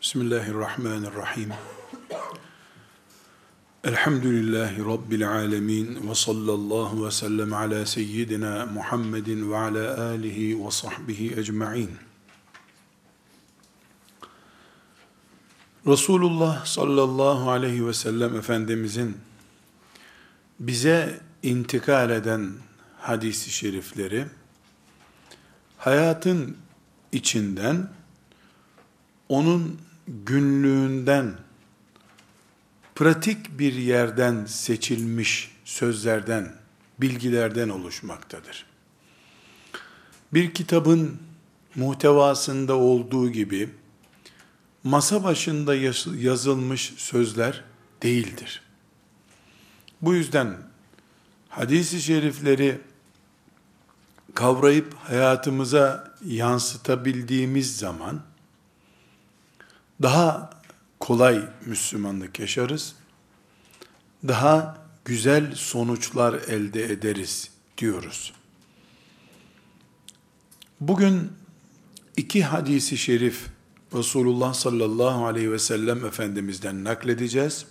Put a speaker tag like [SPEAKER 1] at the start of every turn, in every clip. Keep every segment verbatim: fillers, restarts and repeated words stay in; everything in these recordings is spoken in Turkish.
[SPEAKER 1] Bismillahirrahmanirrahim. Elhamdülillahi Rabbil alemin ve sallallahu ve sellem ala seyyidina Muhammedin ve ala alihi ve sahbihi ecma'in. Resulullah sallallahu aleyhi ve sellem Efendimizin bize intikal eden hadis-i şerifleri, hayatın içinden, onun günlüğünden, pratik bir yerden seçilmiş sözlerden, bilgilerden oluşmaktadır. Bir kitabın muhtevasında olduğu gibi, masa başında yazılmış sözler değildir. Bu yüzden hadis-i şerifleri kavrayıp hayatımıza yansıtabildiğimiz zaman, daha kolay Müslümanlık yaşarız, daha güzel sonuçlar elde ederiz diyoruz. Bugün iki hadisi şerif Resulullah sallallahu aleyhi ve sellem Efendimiz'den nakledeceğiz.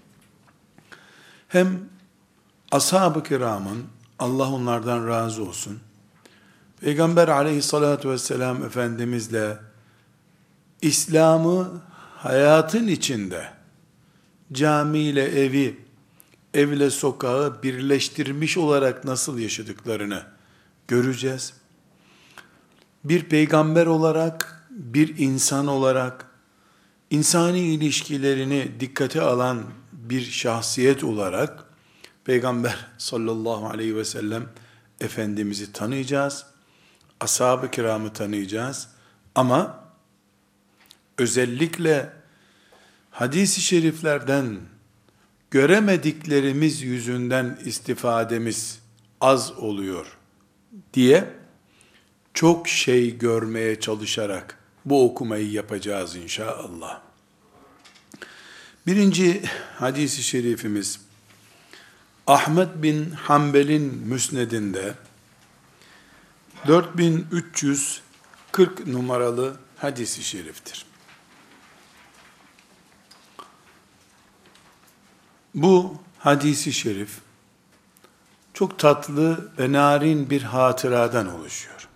[SPEAKER 1] Hem ashab-ı kiramın, Allah onlardan razı olsun, Peygamber aleyhissalatu vesselam Efendimizle İslam'ı hayatın içinde, cami ile evi, evle sokağı birleştirmiş olarak nasıl yaşadıklarını göreceğiz. Bir peygamber olarak, bir insan olarak, insani ilişkilerini dikkate alan bir şahsiyet olarak, Peygamber sallallahu aleyhi ve sellem Efendimiz'i tanıyacağız, ashab-ı kiramı tanıyacağız, ama özellikle hadis-i şeriflerden göremediklerimiz yüzünden istifademiz az oluyor diye çok şey görmeye çalışarak bu okumayı yapacağız inşallah. Birinci hadis-i şerifimiz Ahmed bin Hanbel'in müsnedinde dört bin üç yüz kırk numaralı hadis-i şeriftir. Bu hadis-i şerif çok tatlı ve narin bir hatıradan oluşuyor.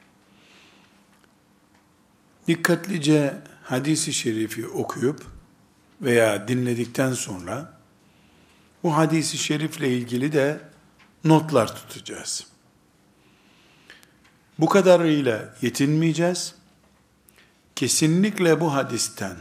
[SPEAKER 1] Dikkatlice hadis-i şerifi okuyup veya dinledikten sonra bu hadis-i şerifle ilgili de notlar tutacağız. Bu kadarıyla yetinmeyeceğiz. Kesinlikle bu hadisten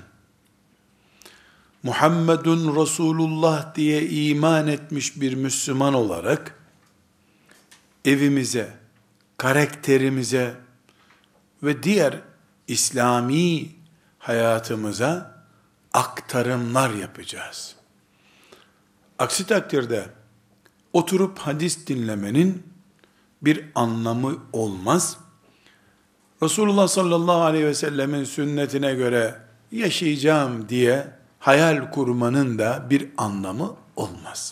[SPEAKER 1] Muhammedun Resulullah diye iman etmiş bir Müslüman olarak evimize, karakterimize ve diğer İslami hayatımıza aktarımlar yapacağız. Aksi takdirde oturup hadis dinlemenin bir anlamı olmaz. Resulullah sallallahu aleyhi ve sellemin sünnetine göre yaşayacağım diye hayal kurmanın da bir anlamı olmaz.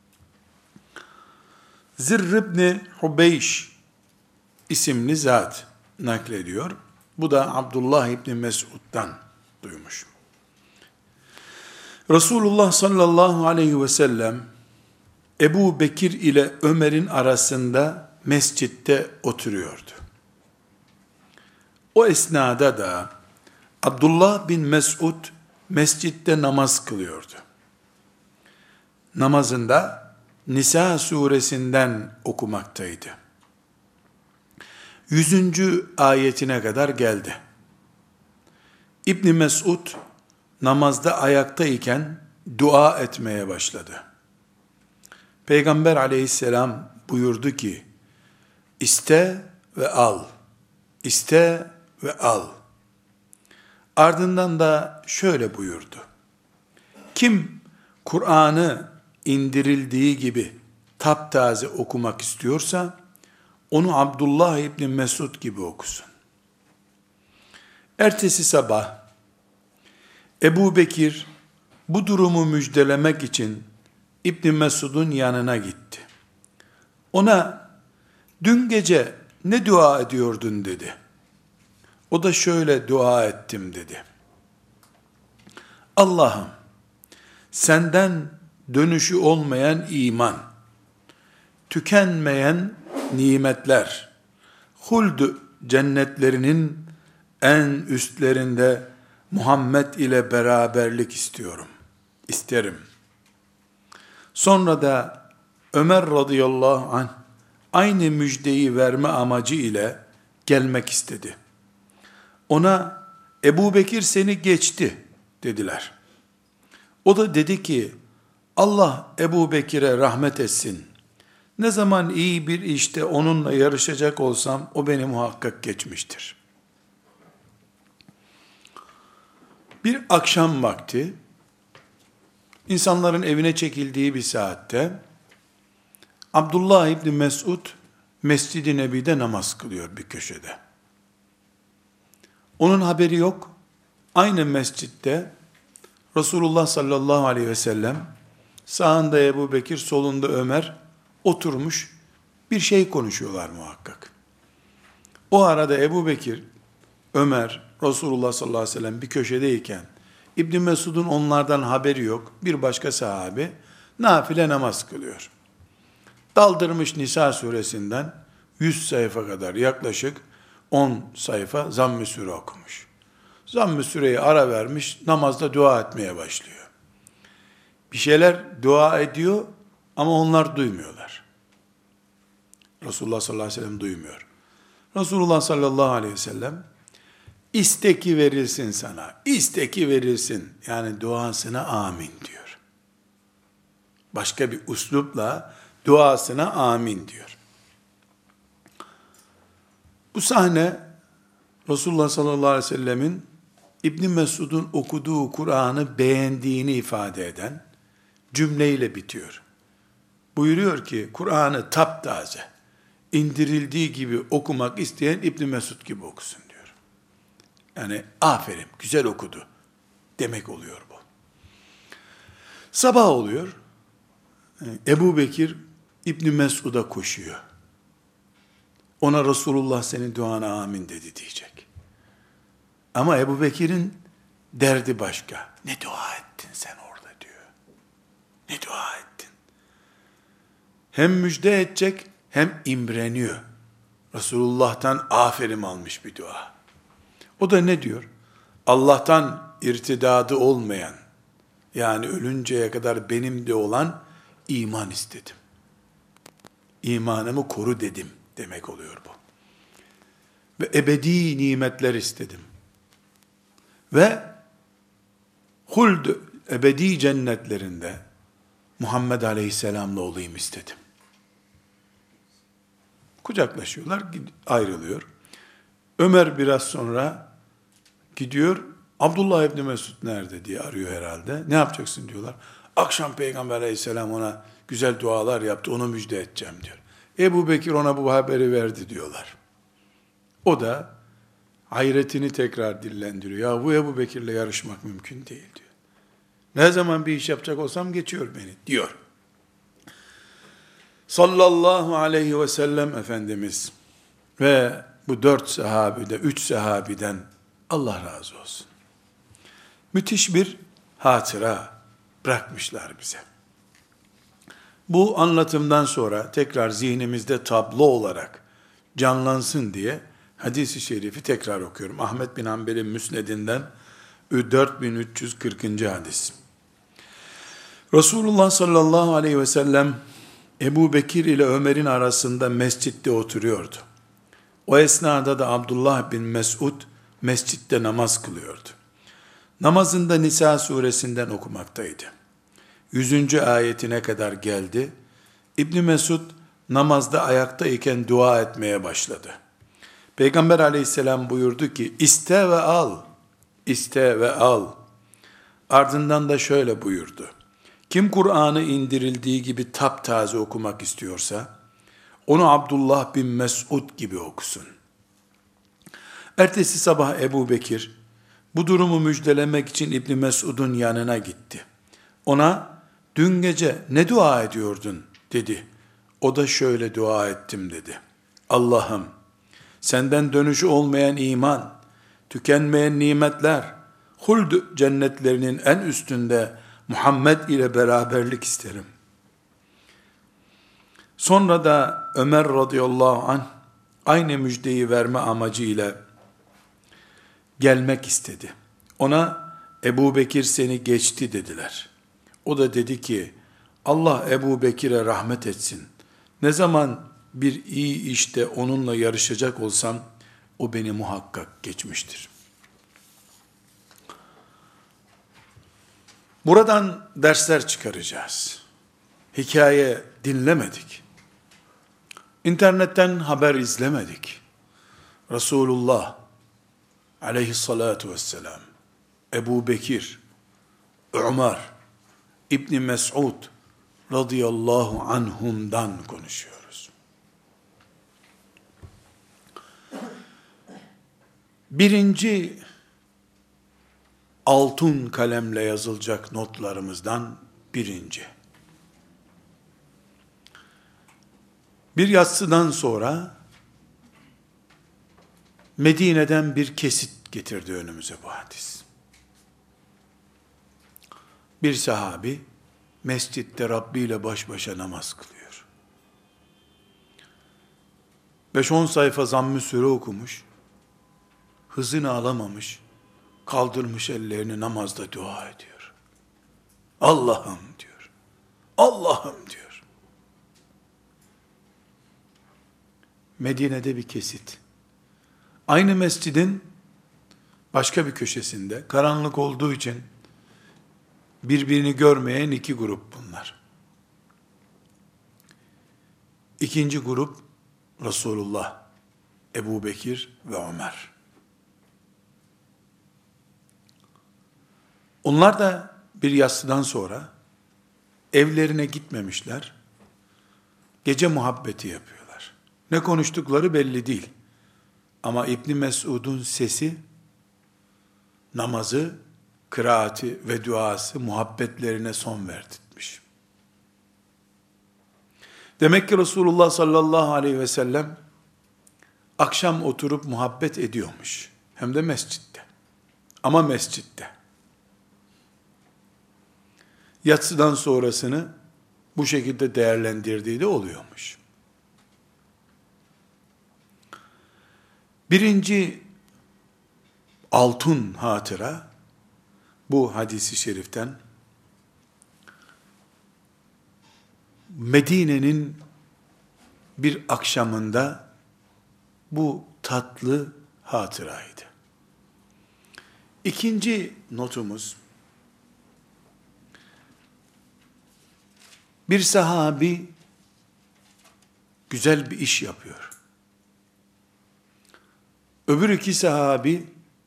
[SPEAKER 1] Zirr ibn Hubeyş isimli zat naklediyor. Bu da Abdullah ibn Mesud'dan duymuş. Resulullah sallallahu aleyhi ve sellem Ebu Bekir ile Ömer'in arasında mescitte oturuyordu. O esnada da Abdullah bin Mesud mescitte namaz kılıyordu. Namazında Nisa suresinden okumaktaydı. Yüzüncü ayetine kadar geldi. İbn Mesud namazda ayaktayken dua etmeye başladı. Peygamber aleyhisselam buyurdu ki, iste ve al, iste ve al. Ardından da şöyle buyurdu. Kim Kur'an'ı indirildiği gibi taptaze okumak istiyorsa, onu Abdullah İbni Mesud gibi okusun. Ertesi sabah, Ebu Bekir bu durumu müjdelemek için İbni Mesud'un yanına gitti. Ona, dün gece ne dua ediyordun dedi. O da şöyle dua ettim dedi. Allah'ım senden dönüşü olmayan iman, tükenmeyen nimetler, huld cennetlerinin en üstlerinde Muhammed ile beraberlik istiyorum, isterim. Sonra da Ömer radıyallahu anh aynı müjdeyi verme amacı ile gelmek istedi. Ona Ebu Bekir seni geçti dediler. O da dedi ki Allah Ebu Bekir'e rahmet etsin. Ne zaman iyi bir işte onunla yarışacak olsam o beni muhakkak geçmiştir. Bir akşam vakti insanların evine çekildiği bir saatte Abdullah İbni Mesud Mescid-i Nebi'de namaz kılıyor bir köşede. Onun haberi yok. Aynı mescitte Resulullah sallallahu aleyhi ve sellem, sağında Ebu Bekir, solunda Ömer oturmuş bir şey konuşuyorlar muhakkak. O arada Ebu Bekir, Ömer, Resulullah sallallahu aleyhi ve sellem bir köşedeyken, İbn Mesud'un onlardan haberi yok. Bir başka sahabe nafile namaz kılıyor. Daldırmış Nisa suresinden yüz sayfa kadar, yaklaşık on sayfa Zamm-ı Sure okumuş. Zamm-ı Sure'ye ara vermiş, namazda dua etmeye başlıyor. Bir şeyler dua ediyor ama onlar duymuyorlar. Resulullah sallallahu aleyhi ve sellem duymuyor. Resulullah sallallahu aleyhi ve sellem, İsteki verilsin sana, isteki verilsin. Yani duasına amin diyor. Başka bir üslupla duasına amin diyor. Bu sahne Resulullah sallallahu aleyhi ve sellemin İbn Mesud'un okuduğu Kur'an'ı beğendiğini ifade eden cümleyle bitiyor. Buyuruyor ki Kur'an'ı taptaze, indirildiği gibi okumak isteyen İbn Mesud gibi okusun diyor. Yani aferin, güzel okudu demek oluyor bu. Sabah oluyor. Ebu Bekir İbn Mesud'a koşuyor. Ona Resulullah senin duana amin dedi diyecek. Ama Ebu Bekir'in derdi başka. Ne dua ettin sen orada diyor. Ne dua ettin? Hem müjde edecek hem imreniyor. Resulullah'tan aferin almış bir dua. O da ne diyor? Allah'tan irtidadı olmayan, yani ölünceye kadar benim de olan iman istedim. İmanımı koru dedim demek oluyor bu. Ve ebedi nimetler istedim. Ve huld ebedi cennetlerinde Muhammed Aleyhisselam'la olayım istedim. Kucaklaşıyorlar, ayrılıyor. Ömer biraz sonra gidiyor, Abdullah İbni Mesud nerede diye arıyor herhalde. Ne yapacaksın diyorlar. Akşam Peygamber Aleyhisselam ona güzel dualar yaptı, onu müjde edeceğim diyor. Ebu Bekir ona bu haberi verdi diyorlar. O da hayretini tekrar dillendiriyor. Ya bu Ebu Bekir'le yarışmak mümkün değil diyor. Ne zaman bir iş yapacak olsam geçiyor beni diyor. Sallallahu aleyhi ve sellem Efendimiz ve bu dört sahabide, üç sahabiden Allah razı olsun. Müthiş bir hatıra bırakmışlar bize. Bu anlatımdan sonra tekrar zihnimizde tablo olarak canlansın diye hadis-i şerifi tekrar okuyorum. Ahmed bin Hanbel'in Müsned'inden dört bin üç yüz kırkıncı hadis. Resulullah sallallahu aleyhi ve sellem Ebu Bekir ile Ömer'in arasında mescitte oturuyordu. O esnada da Abdullah bin Mesud mescitte namaz kılıyordu. Namazında Nisa suresinden okumaktaydı. Yüzüncü ayetine kadar geldi. İbn Mesud namazda ayaktayken dua etmeye başladı. Peygamber aleyhisselam buyurdu ki, iste ve al, iste ve al. Ardından da şöyle buyurdu. Kim Kur'an'ı indirildiği gibi taptaze okumak istiyorsa, onu Abdullah bin Mesud gibi okusun. Ertesi sabah Ebu Bekir, bu durumu müjdelemek için İbn Mesud'un yanına gitti. Ona, dün gece ne dua ediyordun dedi. O da şöyle dua ettim dedi. Allah'ım, senden dönüşü olmayan iman, tükenmeyen nimetler, huld cennetlerinin en üstünde Muhammed ile beraberlik isterim. Sonra da Ömer radıyallahu anh aynı müjdeyi verme amacıyla gelmek istedi. Ona Ebu Bekir seni geçti dediler. O da dedi ki, Allah Ebu Bekir'e rahmet etsin. Ne zaman bir iyi işte onunla yarışacak olsam, o beni muhakkak geçmiştir. Buradan dersler çıkaracağız. Hikaye dinlemedik. İnternetten haber izlemedik. Resulullah aleyhissalatu vesselam, Ebu Bekir, Ömer, İbni Mes'ud radıyallahu anhumdan konuşuyoruz. Birinci altın kalemle yazılacak notlarımızdan birinci. Bir yatsıdan sonra Medine'den bir kesit getirdi önümüze bu hadis. Bir sahabi mescitte Rabbi ile baş başa namaz kılıyor. beş on sayfa zamm-ı sure okumuş, hızını alamamış, kaldırmış ellerini namazda dua ediyor. Allah'ım diyor, Allah'ım diyor. Medine'de bir kesit. Aynı mescidin başka bir köşesinde, karanlık olduğu için birbirini görmeyen iki grup bunlar. İkinci grup Resulullah, Ebu Bekir ve Ömer. Onlar da bir yatsıdan sonra evlerine gitmemişler. Gece muhabbeti yapıyorlar. Ne konuştukları belli değil. Ama İbn Mes'ud'un sesi, namazı, kıraati ve duası muhabbetlerine son verdirtmiş. Demek ki Resulullah sallallahu aleyhi ve sellem akşam oturup muhabbet ediyormuş. Hem de mescitte. Ama mescitte. Yatsıdan sonrasını bu şekilde değerlendirdiği de oluyormuş. Birinci altın hatıra bu hadisi şeriften Medine'nin bir akşamında bu tatlı hatıraydı. İkinci notumuz, bir sahabi güzel bir iş yapıyor. Öbür iki sahabi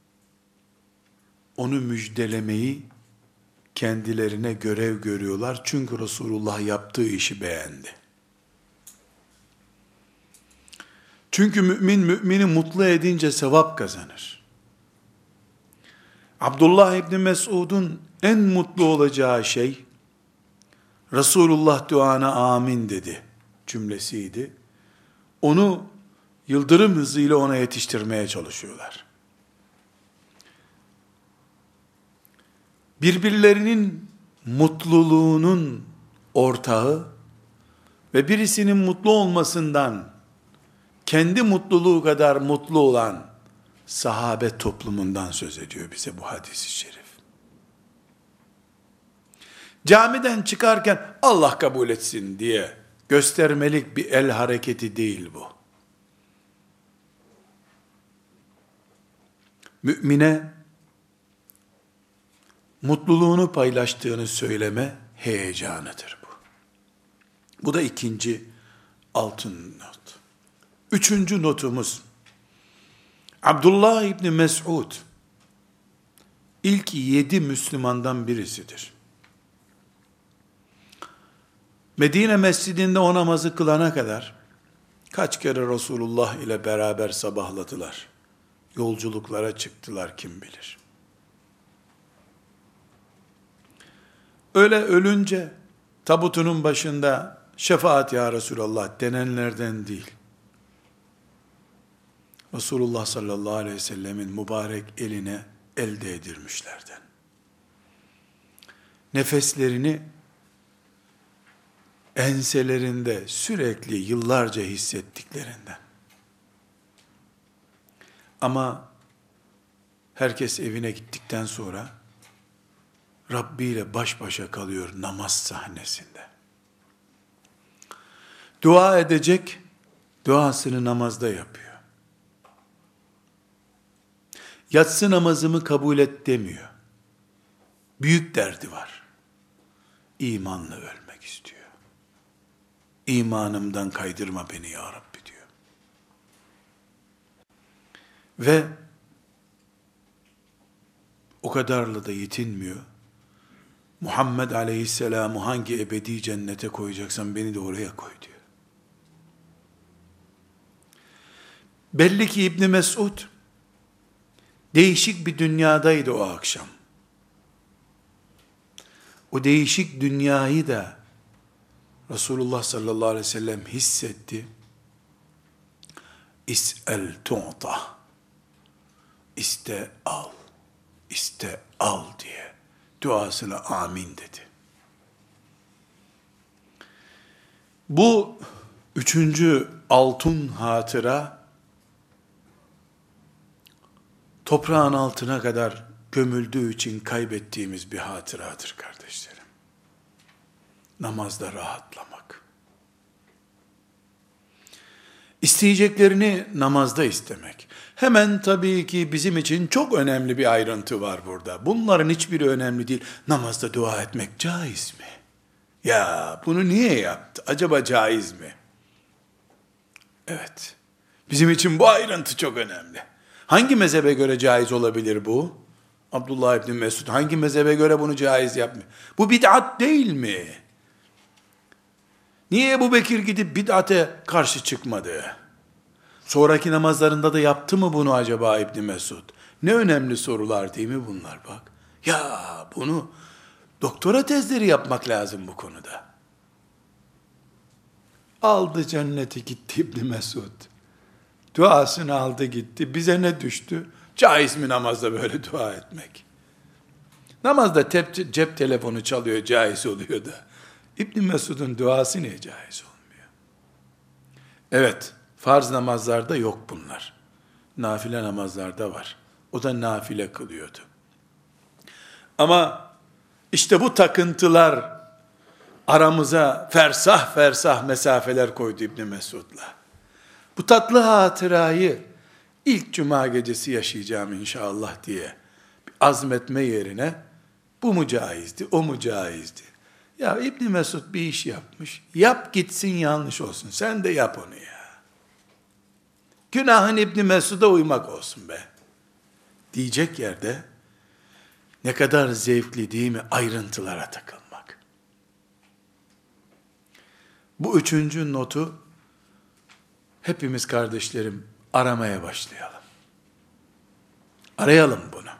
[SPEAKER 1] onu müjdelemeyi kendilerine görev görüyorlar. Çünkü Resulullah yaptığı işi beğendi. Çünkü mümin mümini mutlu edince sevap kazanır. Abdullah İbni Mes'ud'un en mutlu olacağı şey, Resulullah duana amin dedi cümlesiydi. Onu yıldırım hızıyla ona yetiştirmeye çalışıyorlar. Birbirlerinin mutluluğunun ortağı ve birisinin mutlu olmasından kendi mutluluğu kadar mutlu olan sahabe toplumundan söz ediyor bize bu hadis-i şerif. Camiden çıkarken Allah kabul etsin diye göstermelik bir el hareketi değil bu. Mümine mutluluğunu paylaştığını söyleme heyecanıdır bu. Bu da ikinci altın not. Üçüncü notumuz, Abdullah İbni Mes'ud ilk yedi Müslümandan birisidir. Medine mescidinde o namazı kılana kadar kaç kere Resulullah ile beraber sabahladılar. Yolculuklara çıktılar kim bilir. Öyle ölünce tabutunun başında şefaat ya Resulallah denenlerden değil. Resulullah sallallahu aleyhi ve sellemin mübarek eline elde edilmişlerden. Nefeslerini enselerinde sürekli yıllarca hissettiklerinden. Ama herkes evine gittikten sonra Rabbi ile baş başa kalıyor namaz sahnesinde. Dua edecek, duasını namazda yapıyor. Yatsı namazımı kabul et demiyor. Büyük derdi var. İmanla ölmek istiyor. İmanımdan kaydırma beni ya Rabbi diyor. Ve o kadarla da yetinmiyor. Muhammed Aleyhisselam'ı hangi ebedi cennete koyacaksan beni de oraya koy diyor. Belli ki İbn Mesud değişik bir dünyadaydı o akşam. O değişik dünyayı da Resulullah sallallahu aleyhi ve sellem hissetti. İs'el tu'ta. İste al. İste al diye duasına amin dedi. Bu üçüncü altın hatıra toprağın altına kadar gömüldüğü için kaybettiğimiz bir hatıradır kardeşlerim. Namazda rahatlamak. İsteyeceklerini namazda istemek. Hemen tabii ki bizim için çok önemli bir ayrıntı var burada. Bunların hiçbiri önemli değil. Namazda dua etmek caiz mi? Ya bunu niye yaptı? Acaba caiz mi? Evet. Bizim için bu ayrıntı çok önemli. Hangi mezhebe göre caiz olabilir bu? Abdullah İbni Mesud hangi mezhebe göre bunu caiz yapmıyor? Bu bid'at değil mi? Niye Ebu Bekir gidip bid'ate karşı çıkmadı? Sonraki namazlarında da yaptı mı bunu acaba İbni Mesud? Ne önemli sorular değil mi bunlar bak. Ya bunu doktora tezleri yapmak lazım bu konuda. Aldı cenneti gitti İbni Mesud. Duasını aldı gitti. Bize ne düştü? Caiz mi namazda böyle dua etmek? Namazda tep, cep telefonu çalıyor, caiz oluyor da. İbn Mesud'un duası niye caiz olmuyor? Evet, farz namazlarda yok bunlar. Nafile namazlarda var. O da nafile kılıyordu. Ama işte bu takıntılar aramıza fersah fersah mesafeler koydu İbn Mesud'la. Bu tatlı hatırayı ilk cuma gecesi yaşayacağım inşallah diye azmetme yerine bu mu caizdi, o mu caizdi? Ya İbn Mesud bir iş yapmış. Yap gitsin yanlış olsun. Sen de yap onu ya. Günahın İbn Mesud'a uymak olsun be. Diyecek yerde ne kadar zevkli değil mi ayrıntılara takılmak. Bu üçüncü notu hepimiz kardeşlerim aramaya başlayalım. Arayalım bunu.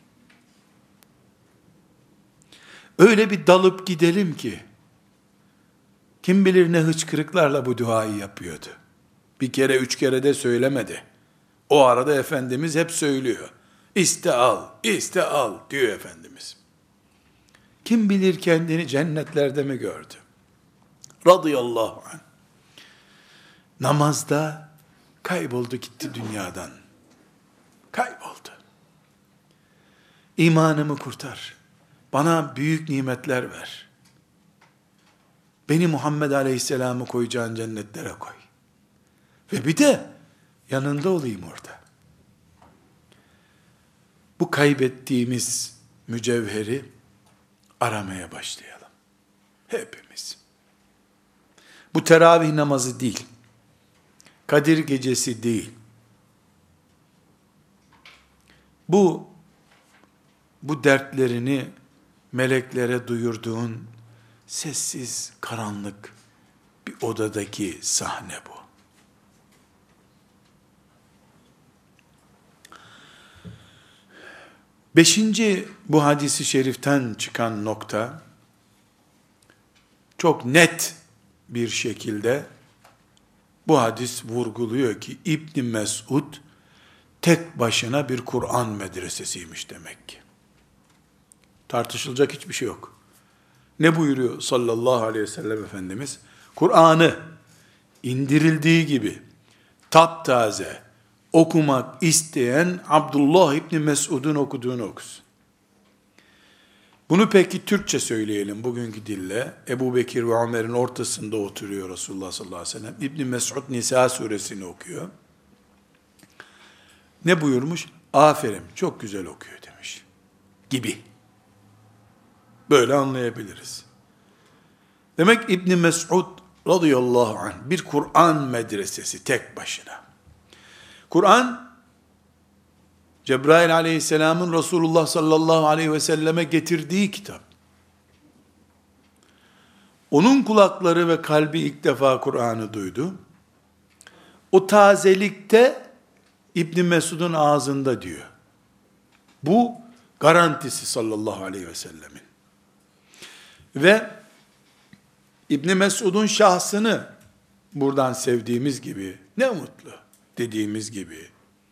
[SPEAKER 1] Öyle bir dalıp gidelim ki, kim bilir ne hıçkırıklarla bu duayı yapıyordu. Bir kere, üç kere de söylemedi. O arada Efendimiz hep söylüyor. İste al, iste al diyor Efendimiz. Kim bilir kendini cennetlerde mi gördü? Radıyallahu anh. Namazda kayboldu gitti dünyadan. Kayboldu. İmanımı kurtar. Bana büyük nimetler ver. Beni Muhammed Aleyhisselam'ı koyacağın cennetlere koy. Ve bir de yanında olayım orada. Bu kaybettiğimiz mücevheri aramaya başlayalım. Hepimiz. Bu teravih namazı değil. Kadir gecesi değil. Bu bu dertlerini meleklere duyurduğun sessiz, karanlık bir odadaki sahne bu. Beşinci bu hadisi şeriften çıkan nokta, çok net bir şekilde bu hadis vurguluyor ki İbn Mesud tek başına bir Kur'an medresesiymiş demek ki. Tartışılacak hiçbir şey yok. Ne buyuruyor sallallahu aleyhi ve sellem Efendimiz? Kur'an'ı indirildiği gibi taptaze okumak isteyen Abdullah İbni Mesud'un okuduğunu okusun. Bunu peki Türkçe söyleyelim bugünkü dille. Ebu Bekir ve Ömer'in ortasında oturuyor Resulullah sallallahu aleyhi ve sellem. İbni Mesud Nisa suresini okuyor. Ne buyurmuş? Aferin, çok güzel okuyor demiş. Gibi. Böyle anlayabiliriz. Demek İbni Mesud radıyallahu anh bir Kur'an medresesi tek başına. Kur'an, Cebrail aleyhisselamın Resulullah sallallahu aleyhi ve selleme getirdiği kitap. Onun kulakları ve kalbi ilk defa Kur'an'ı duydu. O tazelikte İbn Mesud'un ağzında diyor. Bu garantisi sallallahu aleyhi ve sellemin. Ve İbn Mesud'un şahsını buradan sevdiğimiz gibi, ne mutlu dediğimiz gibi,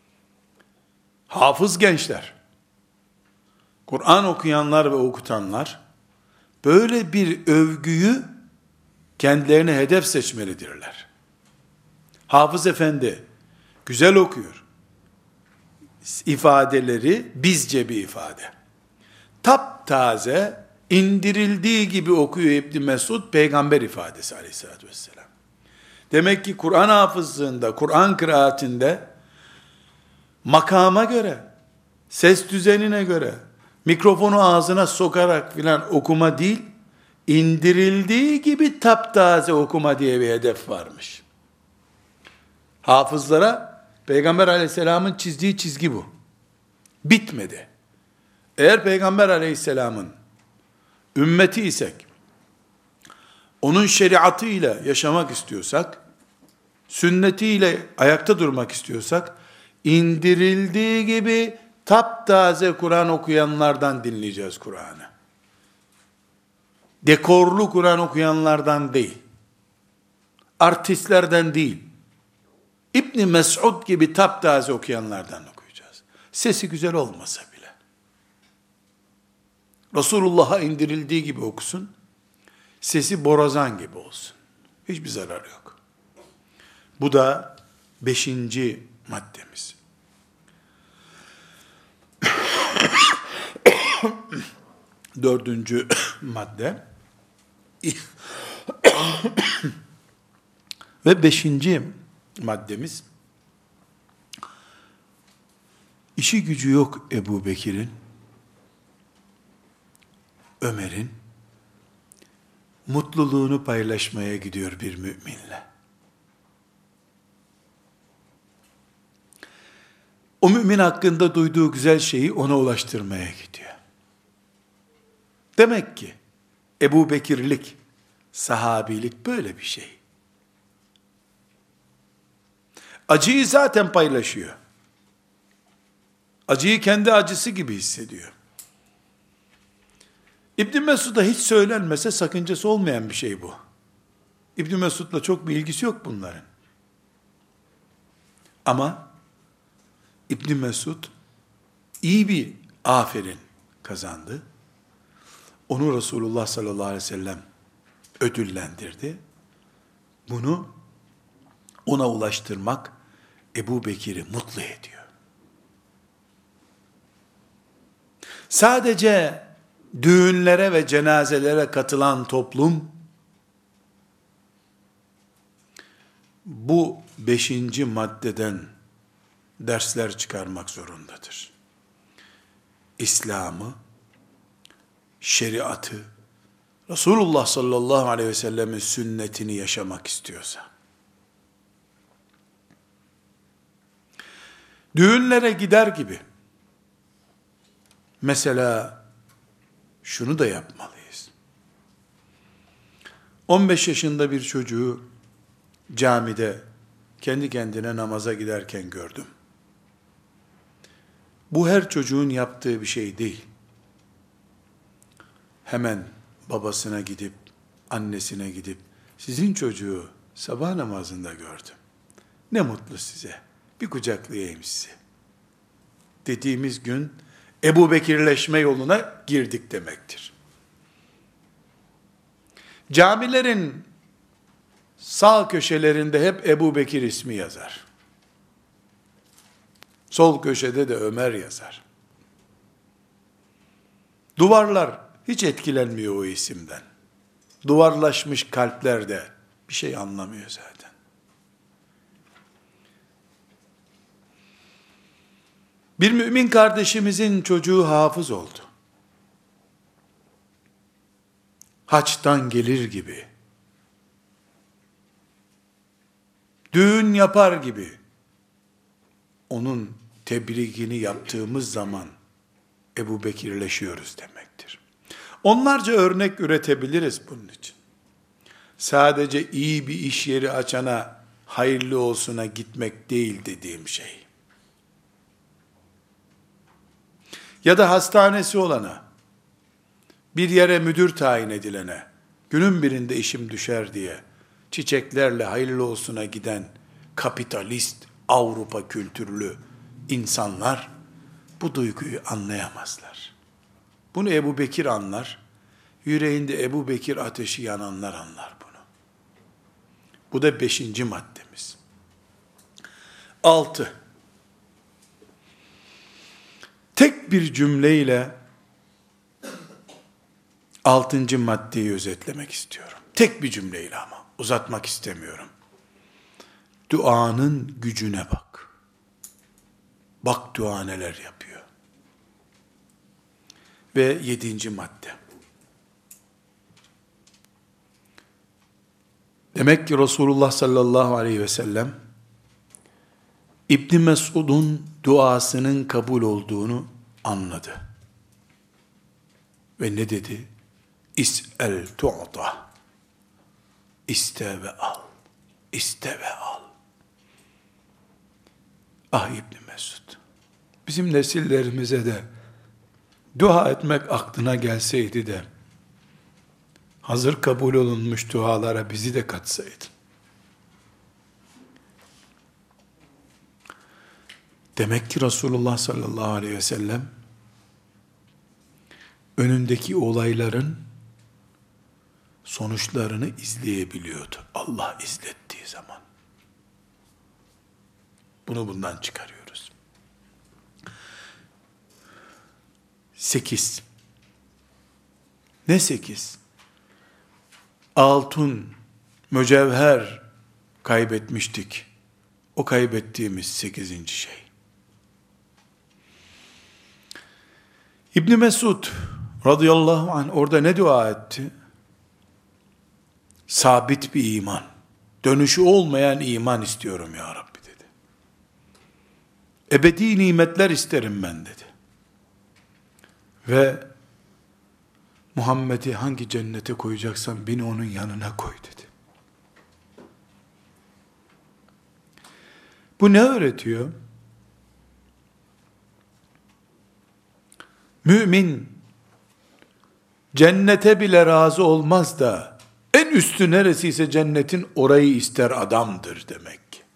[SPEAKER 1] hafız gençler, Kur'an okuyanlar ve okutanlar, böyle bir övgüyü kendilerine hedef seçmelidirler. Hafız efendi, güzel okuyor. İfadeleri bizce bir ifade. Taptaze, indirildiği gibi okuyor İbn Mesud, peygamber ifadesi aleyhissalatü vesselam. Demek ki Kur'an hafızlığında, Kur'an kıraatinde, makama göre, ses düzenine göre, mikrofonu ağzına sokarak filan okuma değil, indirildiği gibi taptaze okuma diye bir hedef varmış. Hafızlara Peygamber aleyhisselamın çizdiği çizgi bu. Bitmedi. Eğer Peygamber aleyhisselamın ümmeti isek, onun şeriatıyla yaşamak istiyorsak, sünnetiyle ayakta durmak istiyorsak, indirildiği gibi taptaze Kur'an okuyanlardan dinleyeceğiz Kur'an'ı. Dekorlu Kur'an okuyanlardan değil. Artistlerden değil. İbn Mesud gibi taptaze okuyanlardan okuyacağız. Sesi güzel olmasa bile. Resulullah'a indirildiği gibi okusun. Sesi borazan gibi olsun. Hiçbir zararı yok. Bu da beşinci maddemiz. Dördüncü madde. Ve beşinci maddemiz, işi gücü yok Ebu Bekir'in, Ömer'in, mutluluğunu paylaşmaya gidiyor bir müminle. O mümin hakkında duyduğu güzel şeyi ona ulaştırmaya gidiyor. Demek ki Ebu Bekirlik, sahabilik böyle bir şey. Acıyı zaten paylaşıyor. Acıyı kendi acısı gibi hissediyor. İbn Mesud'a hiç söylenmese sakıncası olmayan bir şey bu. İbn Mesud'la çok bir ilgisi yok bunların. Ama İbn Mesud iyi bir aferin kazandı. Onu Resulullah sallallahu aleyhi ve sellem ödüllendirdi. Bunu ona ulaştırmak Ebu Bekir'i mutlu ediyor. Sadece düğünlere ve cenazelere katılan toplum, bu beşinci maddeden dersler çıkarmak zorundadır. İslam'ı, şeriatı, Resulullah sallallahu aleyhi ve sellemin sünnetini yaşamak istiyorsa, düğünlere gider gibi, mesela şunu da yapmalıyız. on beş yaşında bir çocuğu camide kendi kendine namaza giderken gördüm. Bu her çocuğun yaptığı bir şey değil. Hemen babasına gidip, annesine gidip, sizin çocuğu sabah namazında gördüm. Ne mutlu size. Bir kucaklayayım sizi. dediğimiz gün Ebu Bekirleşme yoluna girdik demektir. Camilerin sağ köşelerinde hep Ebu Bekir ismi yazar. Sol köşede de Ömer yazar. Duvarlar hiç etkilenmiyor o isimden. Duvarlaşmış kalpler de bir şey anlamıyor zaten. Bir mümin kardeşimizin çocuğu hafız oldu. Haçtan gelir gibi, düğün yapar gibi, onun tebrikini yaptığımız zaman Ebu Bekirleşiyoruz demektir. Onlarca örnek üretebiliriz bunun için. Sadece iyi bir iş yeri açana hayırlı olsuna gitmek değil dediğim şey. Ya da hastanesi olana, bir yere müdür tayin edilene, günün birinde işim düşer diye çiçeklerle hayırlı olsuna giden kapitalist, Avrupa kültürlü insanlar bu duyguyu anlayamazlar. Bunu Ebu Bekir anlar, yüreğinde Ebu Bekir ateşi yananlar anlar bunu. Bu da beşinci maddemiz. Altı. Tek bir cümleyle altıncı maddeyi özetlemek istiyorum. Tek bir cümleyle ama, uzatmak istemiyorum. Duanın gücüne bak. Bak dua neler yapıyor. Ve yedinci madde. Demek ki Resulullah sallallahu aleyhi ve sellem İbn Mesud'un duasının kabul olduğunu anladı. Ve ne dedi? İs'el tu'ta. İste ve al. İste ve al. Ah İbn Mesud. Bizim nesillerimize de dua etmek aklına gelseydi de hazır kabul olunmuş dualara bizi de katsaydın. Demek ki Resulullah sallallahu aleyhi ve sellem önündeki olayların sonuçlarını izleyebiliyordu. Allah izlettiği zaman. Bunu bundan çıkarıyoruz. Sekiz. Ne sekiz? Altın, mücevher kaybetmiştik. O kaybettiğimiz sekizinci şey. İbn Mesud radıyallahu anh orada ne dua etti? Sabit bir iman, dönüşü olmayan iman istiyorum ya Rabbi dedi. Ebedi nimetler isterim ben dedi. Ve Muhammed'i hangi cennete koyacaksan beni onun yanına koy dedi. Bu ne öğretiyor? Mümin cennete bile razı olmaz da en üstü neresiyse cennetin orayı ister adamdır demek ki.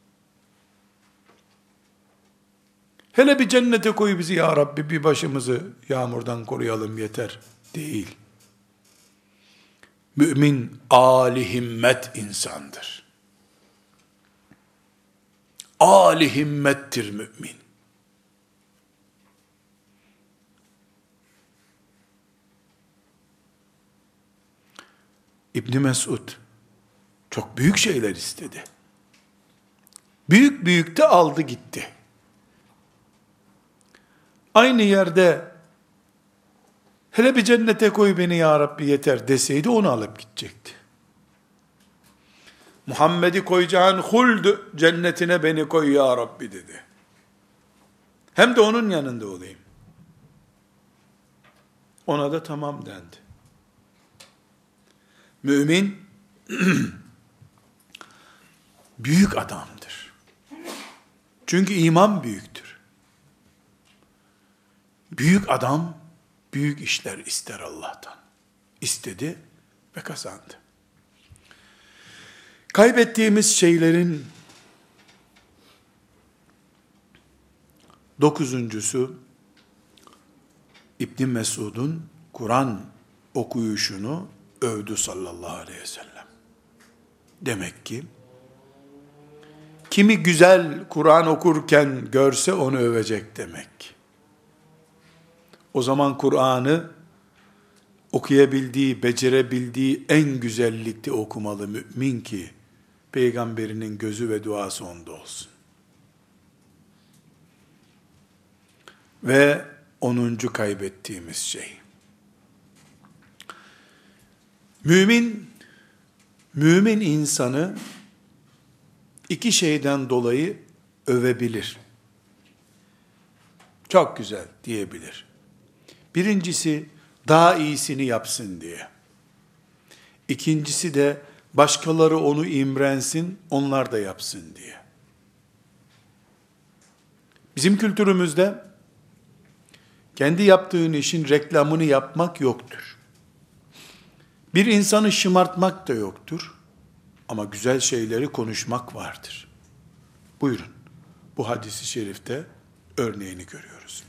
[SPEAKER 1] Hele bir cennete koy bizi ya Rabbi, bir başımızı yağmurdan koruyalım yeter değil. Mümin âli himmet insandır. Âli himmettir mümin. İbn Mesud çok büyük şeyler istedi. Büyük büyük de aldı gitti. Aynı yerde hele bir cennete koy beni ya Rabbi yeter deseydi onu alıp gidecekti. Muhammed'i koyacağın huld cennetine beni koy ya Rabbi dedi. Hem de onun yanında olayım. Ona da tamam dendi. Mümin büyük adamdır. Çünkü iman büyüktür. Büyük adam büyük işler ister Allah'tan. İstedi ve kazandı. Kaybettiğimiz şeylerin Dokuzuncusu, İbn Mesud'un Kur'an okuyuşunu övdü sallallahu aleyhi ve sellem. Demek ki, kimi güzel Kur'an okurken görse onu övecek demek. O zaman Kur'an'ı okuyabildiği, becerebildiği en güzellikte okumalı mümin ki, peygamberinin gözü ve duası onda olsun. Ve onuncu kaybettiğimiz şey. Mümin, mümin insanı iki şeyden dolayı övebilir. Çok güzel diyebilir. Birincisi, daha iyisini yapsın diye. İkincisi de, başkaları onu imrensin, onlar da yapsın diye. Bizim kültürümüzde, kendi yaptığın işin reklamını yapmak yoktur. Bir insanı şımartmak da yoktur. Ama güzel şeyleri konuşmak vardır. Buyurun, bu hadis-i şerifte örneğini görüyoruz.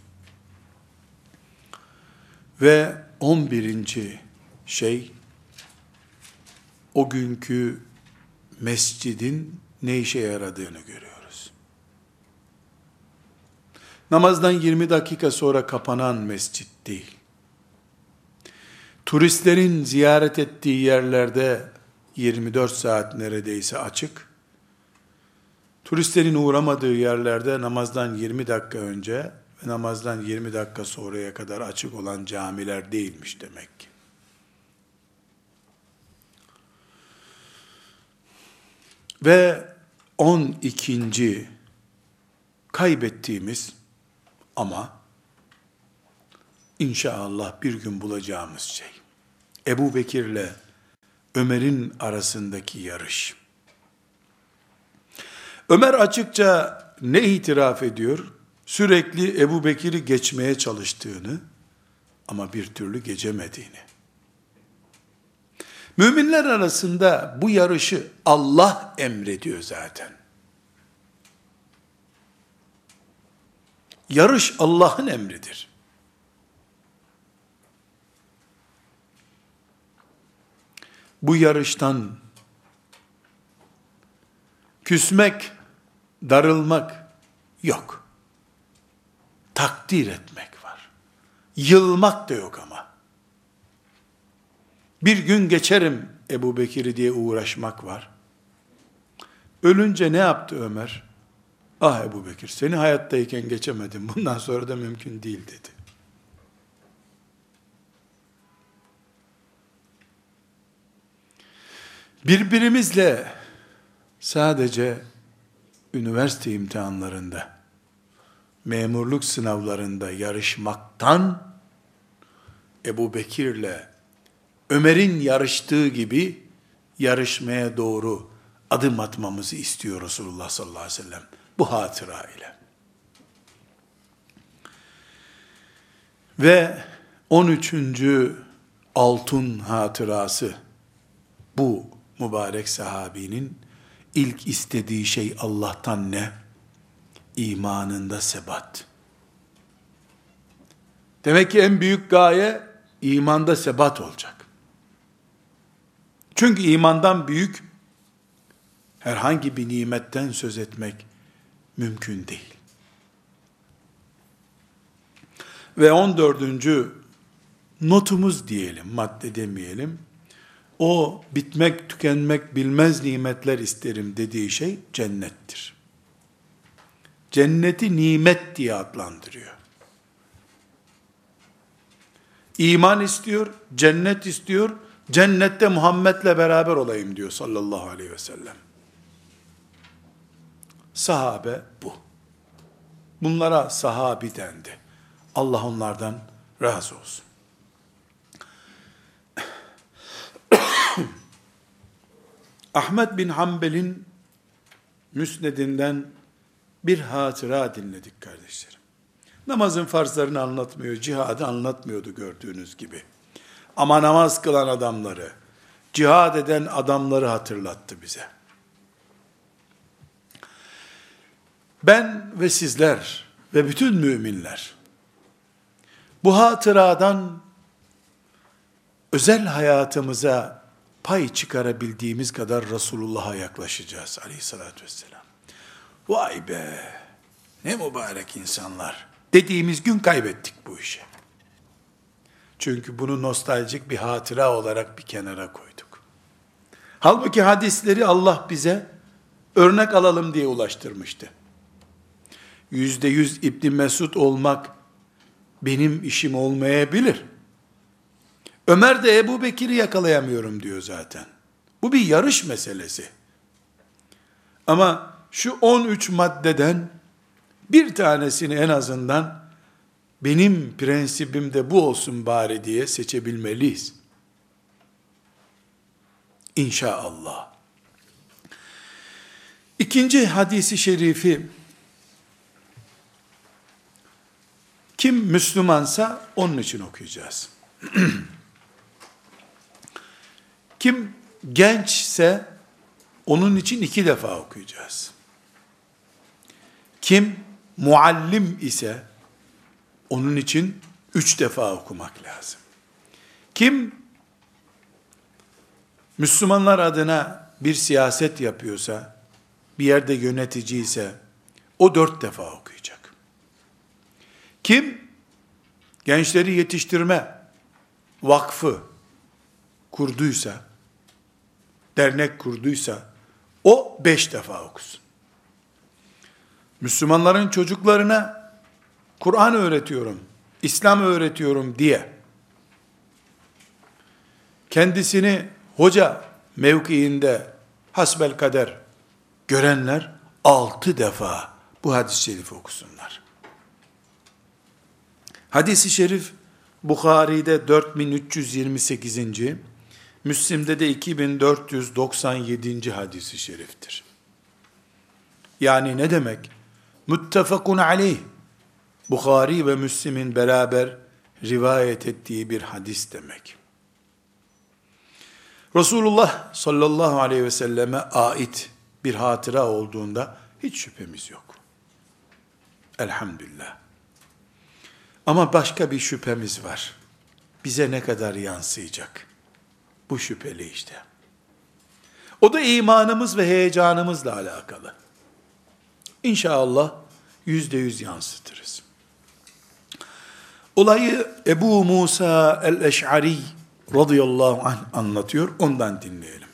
[SPEAKER 1] Ve on birinci şey, o günkü mescidin ne işe yaradığını görüyoruz. Namazdan yirmi dakika sonra kapanan mescit değil. Turistlerin ziyaret ettiği yerlerde yirmi dört saat neredeyse açık. Turistlerin uğramadığı yerlerde namazdan yirmi dakika önce ve namazdan yirmi dakika sonraya kadar açık olan camiler değilmiş demek ki. Ve on ikinci kaybettiğimiz ama inşallah bir gün bulacağımız şey, Ebu Bekir'le Ömer'in arasındaki yarış. Ömer açıkça ne itiraf ediyor? Sürekli Ebu Bekir'i geçmeye çalıştığını ama bir türlü geçemediğini. Müminler arasında bu yarışı Allah emrediyor zaten. Yarış Allah'ın emridir. Bu yarıştan küsmek, darılmak yok. Takdir etmek var. Yılmak da yok ama. Bir gün geçerim Ebu Bekir'i diye uğraşmak var. Ölünce ne yaptı Ömer? Ah Ebu Bekir, seni hayattayken geçemedim. Bundan sonra da mümkün değil dedi. Birbirimizle sadece üniversite imtihanlarında, memurluk sınavlarında yarışmaktan, Ebu Bekir'le Ömer'in yarıştığı gibi yarışmaya doğru adım atmamızı istiyor Resulullah sallallahu aleyhi ve sellem. Bu hatıra ile. Ve on üçüncü altın hatırası, bu mübarek sahabinin ilk istediği şey Allah'tan ne? İmanında sebat. Demek ki en büyük gaye imanda sebat olacak. Çünkü imandan büyük herhangi bir nimetten söz etmek mümkün değil. Ve on dördüncü notumuz diyelim, madde demeyelim. O bitmek, tükenmek bilmez nimetler isterim dediği şey cennettir. Cenneti nimet diye adlandırıyor. İman istiyor, cennet istiyor, cennette Muhammed'le beraber olayım diyor sallallahu aleyhi ve sellem. Sahabe bu. Bunlara sahabi dendi. Allah onlardan razı olsun. Ahmed bin Hanbel'in müsnedinden bir hatıra dinledik kardeşlerim. Namazın farzlarını anlatmıyor, cihadı anlatmıyordu gördüğünüz gibi. Ama namaz kılan adamları, cihad eden adamları hatırlattı bize. Ben ve sizler ve bütün müminler bu hatıradan özel hayatımıza pay çıkarabildiğimiz kadar Resulullah'a yaklaşacağız aleyhissalatü vesselam. Vay be, ne mübarek insanlar dediğimiz gün kaybettik bu işi. Çünkü bunu nostaljik bir hatıra olarak bir kenara koyduk. Halbuki hadisleri Allah bize örnek alalım diye ulaştırmıştı. Yüzde yüz İbn Mesud olmak benim işim olmayabilir. Ömer de Ebu Bekir'i yakalayamıyorum diyor zaten. Bu bir yarış meselesi. Ama şu on üç maddeden bir tanesini en azından benim prensibim de bu olsun bari diye seçebilmeliyiz. İnşallah. İkinci hadisi şerifi, kim Müslümansa onun için okuyacağız. Kim gençse onun için iki defa okuyacağız. Kim muallim ise onun için üç defa okumak lazım. Kim Müslümanlar adına bir siyaset yapıyorsa, bir yerde yönetici ise o dört defa okuyacak. Kim gençleri yetiştirme vakfı kurduysa, dernek kurduysa o beş defa okusun. Müslümanların çocuklarına Kur'an öğretiyorum, İslam öğretiyorum diye kendisini hoca mevkiinde hasbelkader görenler altı defa bu hadis-i şerifi okusunlar. Hadis-i şerif Bukhari'de dört bin üç yüz yirmi sekizinci. Müslim'de de iki bin dört yüz doksan yedinci hadis-i şeriftir. Yani ne demek? Muttefakun aleyh. Bukhari ve Müslim'in beraber rivayet ettiği bir hadis demek. Resulullah sallallahu aleyhi ve selleme ait bir hatıra olduğunda hiç şüphemiz yok. Elhamdülillah. Ama başka bir şüphemiz var. Bize ne kadar yansıyacak? Bu şüpheli işte. O da imanımız ve heyecanımızla alakalı. İnşallah yüzde yüz yansıtırız. Olayı Ebu Musa el-Eş'ari radıyallahu anh anlatıyor. Ondan dinleyelim.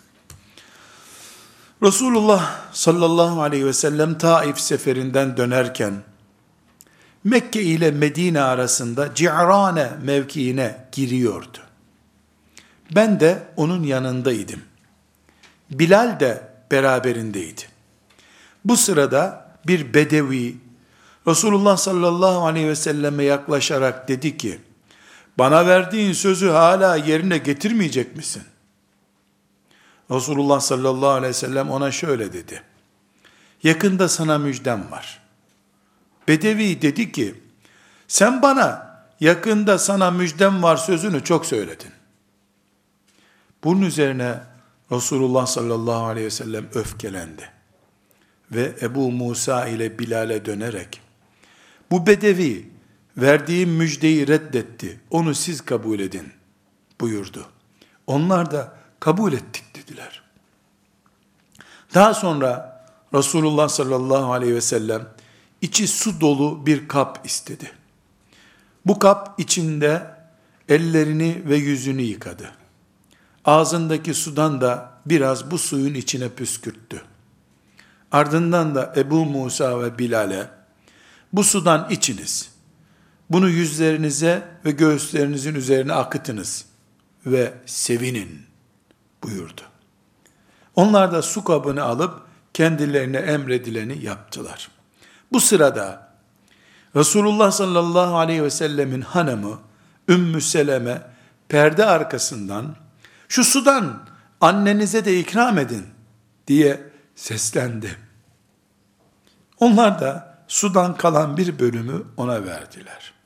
[SPEAKER 1] Resulullah sallallahu aleyhi ve sellem Taif seferinden dönerken Mekke ile Medine arasında Ci'rane mevkiine giriyordu. Ben de onun yanındaydım. Bilal de beraberindeydi. Bu sırada bir bedevi Resulullah sallallahu aleyhi ve selleme yaklaşarak dedi ki, bana verdiğin sözü hala yerine getirmeyecek misin? Resulullah sallallahu aleyhi ve sellem ona şöyle dedi. Yakında sana müjdem var. Bedevi dedi ki, sen bana yakında sana müjdem var sözünü çok söyledin. Bunun üzerine Resulullah sallallahu aleyhi ve sellem öfkelendi. Ve Ebu Musa ile Bilal'e dönerek, bu bedevi verdiğim müjdeyi reddetti, onu siz kabul edin buyurdu. Onlar da kabul ettik dediler. Daha sonra Resulullah sallallahu aleyhi ve sellem içi su dolu bir kap istedi. Bu kap içinde ellerini ve yüzünü yıkadı. Ağzındaki sudan da biraz bu suyun içine püskürttü. Ardından da Ebu Musa ve Bilal'e, bu sudan içiniz, bunu yüzlerinize ve göğüslerinizin üzerine akıtınız ve sevinin buyurdu. Onlar da su kabını alıp kendilerine emredileni yaptılar. Bu sırada Resulullah sallallahu aleyhi ve sellemin hanımı Ümmü Seleme perde arkasından şu sudan annenize de ikram edin diye seslendi. Onlar da sudan kalan bir bölümü ona verdiler.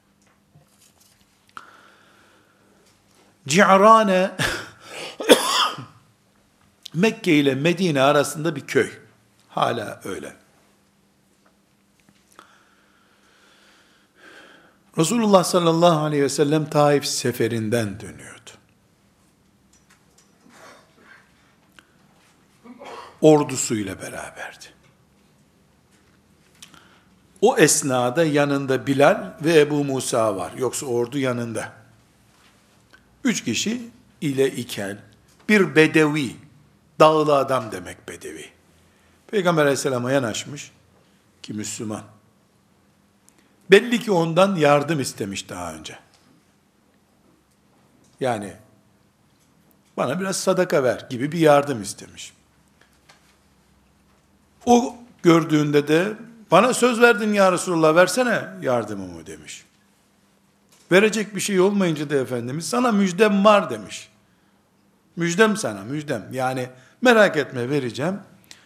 [SPEAKER 1] Ci'rane Mekke ile Medine arasında bir köy. Hala öyle. Resulullah sallallahu aleyhi ve sellem Taif seferinden dönüyordu. Ordusuyla beraberdi. O esnada yanında Bilal ve Ebu Musa var. Yoksa ordu yanında. Üç kişi ile iken bir bedevi, dağlı adam demek bedevi. Peygamber aleyhisselama yanaşmış ki Müslüman. Belli ki ondan yardım istemiş daha önce. Yani bana biraz sadaka ver gibi bir yardım istemiş. O gördüğünde de bana söz verdin ya Resulullah, versene yardımımı demiş. Verecek bir şey olmayınca da Efendimiz sana müjdem var demiş. Müjdem sana, müjdem. Yani merak etme, vereceğim.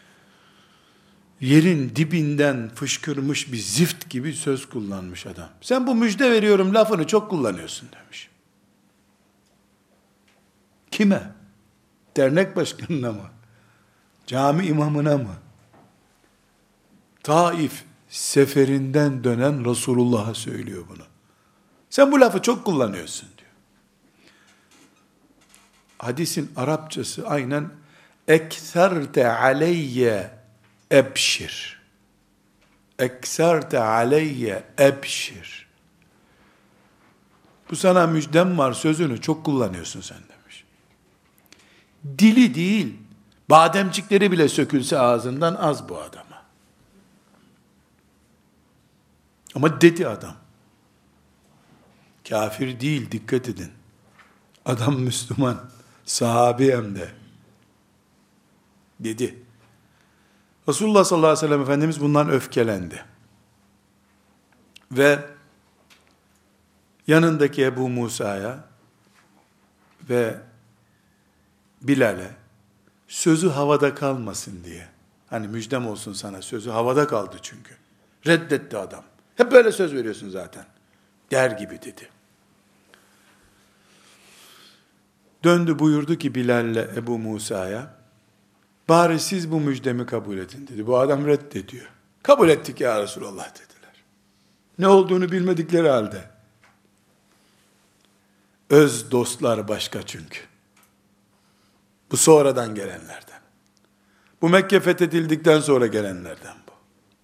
[SPEAKER 1] Yerin dibinden fışkırmış bir zift gibi söz kullanmış adam. Sen bu müjde veriyorum lafını çok kullanıyorsun demiş. Kime? Dernek başkanına mı? Cami imamına mı? Taif seferinden dönen Resulullah'a söylüyor bunu. Sen bu lafı çok kullanıyorsun diyor. Hadisin Arapçası aynen ekserte aleyye ebşir. Ekserte aleyye ebşir. Bu sana müjdem var sözünü çok kullanıyorsun sen demiş. Dili değil, bademcikleri bile sökülse ağzından az bu adama. Ama dedi adam. Kafir değil, dikkat edin. Adam Müslüman, sahabi hem de. Dedi. Resulullah sallallahu aleyhi ve sellem Efendimiz bundan öfkelendi. Ve yanındaki Ebu Musa'ya ve Bilal'e sözü havada kalmasın diye. Hani müjdem olsun sana, sözü havada kaldı çünkü. Reddetti adam. Hep böyle söz veriyorsun zaten. Der gibi dedi. Döndü buyurdu ki Bilal'le Ebu Musa'ya, bari siz bu müjdemi kabul edin dedi. Bu adam reddediyor. Kabul ettik ya Resulallah dediler. Ne olduğunu bilmedikleri halde. Öz dostlar başka çünkü. Bu sonradan gelenlerden. Bu Mekke fethedildikten sonra gelenlerden bu.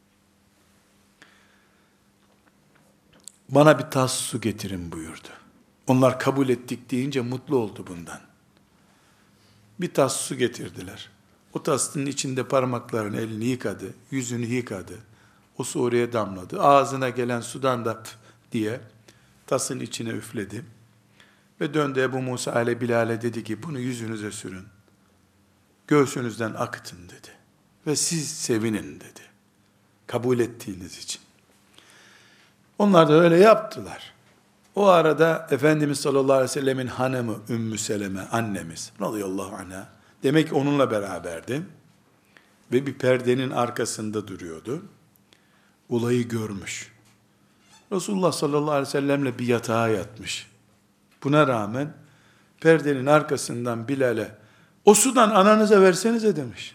[SPEAKER 1] Bana bir tas su getirin buyurdu. Onlar kabul ettik deyince mutlu oldu bundan. Bir tas su getirdiler. O tasın içinde parmaklarını, elini yıkadı, yüzünü yıkadı. O su oraya damladı. Ağzına gelen sudan da pf diye tasın içine üfledi. Ve döndü Ebu Musa ile Bilal'e dedi ki bunu yüzünüze sürün. Göğsünüzden akıtın dedi. Ve siz sevinin dedi. Kabul ettiğiniz için. Onlar da öyle yaptılar. O arada Efendimiz sallallahu aleyhi ve sellemin hanımı Ümmü Seleme annemiz radıyallahu anha demek ki onunla beraberdi ve bir perdenin arkasında duruyordu. Olayı görmüş. Resulullah sallallahu aleyhi ve sellemle bir yatağa yatmış. Buna rağmen perdenin arkasından Bilal'e o sudan ananıza versenize demiş.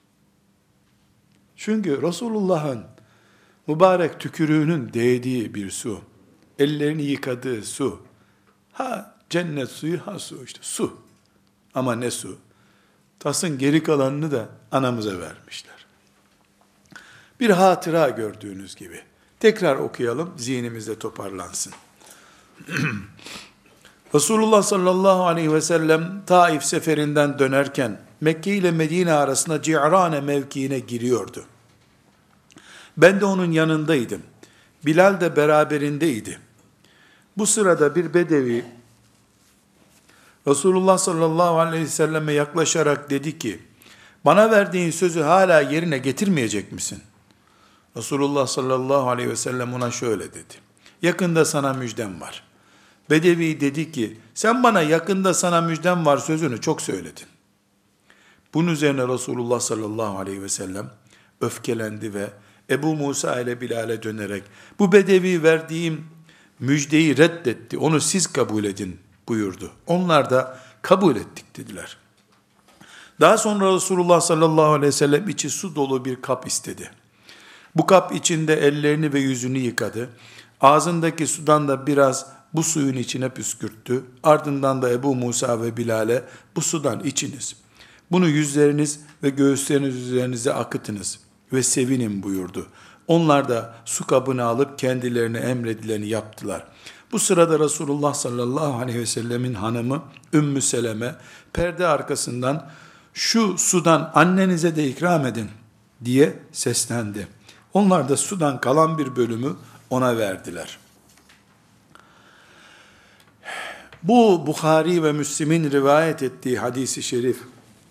[SPEAKER 1] Çünkü Resulullah'ın mübarek tükürüğünün değdiği bir su, ellerini yıkadığı su, ha cennet suyu, ha su işte su, ama ne su, tasın geri kalanını da anamıza vermişler. Bir hatıra gördüğünüz gibi, tekrar okuyalım, zihnimizde toparlansın. Resulullah sallallahu aleyhi ve sellem Taif seferinden dönerken, Mekke ile Medine arasında Ci'rane mevkiine giriyordu. Ben de onun yanındaydım. Bilal de beraberindeydi. Bu sırada bir bedevi Resulullah sallallahu aleyhi ve selleme yaklaşarak dedi ki, bana verdiğin sözü hala yerine getirmeyecek misin? Resulullah sallallahu aleyhi ve sellem ona şöyle dedi. Yakında sana müjdem var. Bedevi dedi ki, sen bana yakında sana müjdem var sözünü çok söyledin. Bunun üzerine Resulullah sallallahu aleyhi ve sellem öfkelendi ve Ebu Musa ile Bilal'e dönerek, bu bedevi verdiğim müjdeyi reddetti, onu siz kabul edin buyurdu. Onlar da kabul ettik dediler. Daha sonra Resulullah sallallahu aleyhi ve sellem içi su dolu bir kap istedi. Bu kap içinde ellerini ve yüzünü yıkadı. Ağzındaki sudan da biraz bu suyun içine püskürttü. Ardından da Ebu Musa ve Bilal'e bu sudan içiniz. Bunu yüzleriniz ve göğüsleriniz üzerinize akıtınız ve sevinin buyurdu. Onlar da su kabını alıp kendilerine emredileni yaptılar. Bu sırada Resulullah sallallahu aleyhi ve sellemin hanımı Ümmü Seleme perde arkasından şu sudan annenize de ikram edin diye seslendi. Onlar da sudan kalan bir bölümü ona verdiler. Bu Bukhari ve Müslim'in rivayet ettiği hadisi şerif,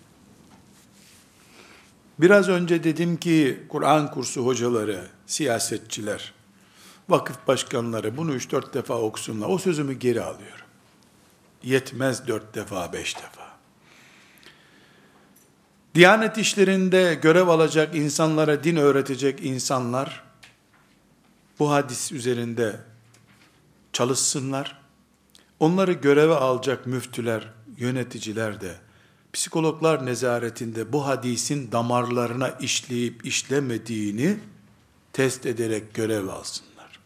[SPEAKER 1] biraz önce dedim ki Kur'an kursu hocaları, siyasetçiler, vakıf başkanları bunu üç dört defa okusunlar. O sözümü geri alıyorum. Yetmez dört defa, beş defa. Diyanet işlerinde görev alacak insanlara din öğretecek insanlar, bu hadis üzerinde çalışsınlar. Onları göreve alacak müftüler, yöneticiler de, psikologlar nezaretinde bu hadisin damarlarına işleyip işlemediğini test ederek görev alsınlar.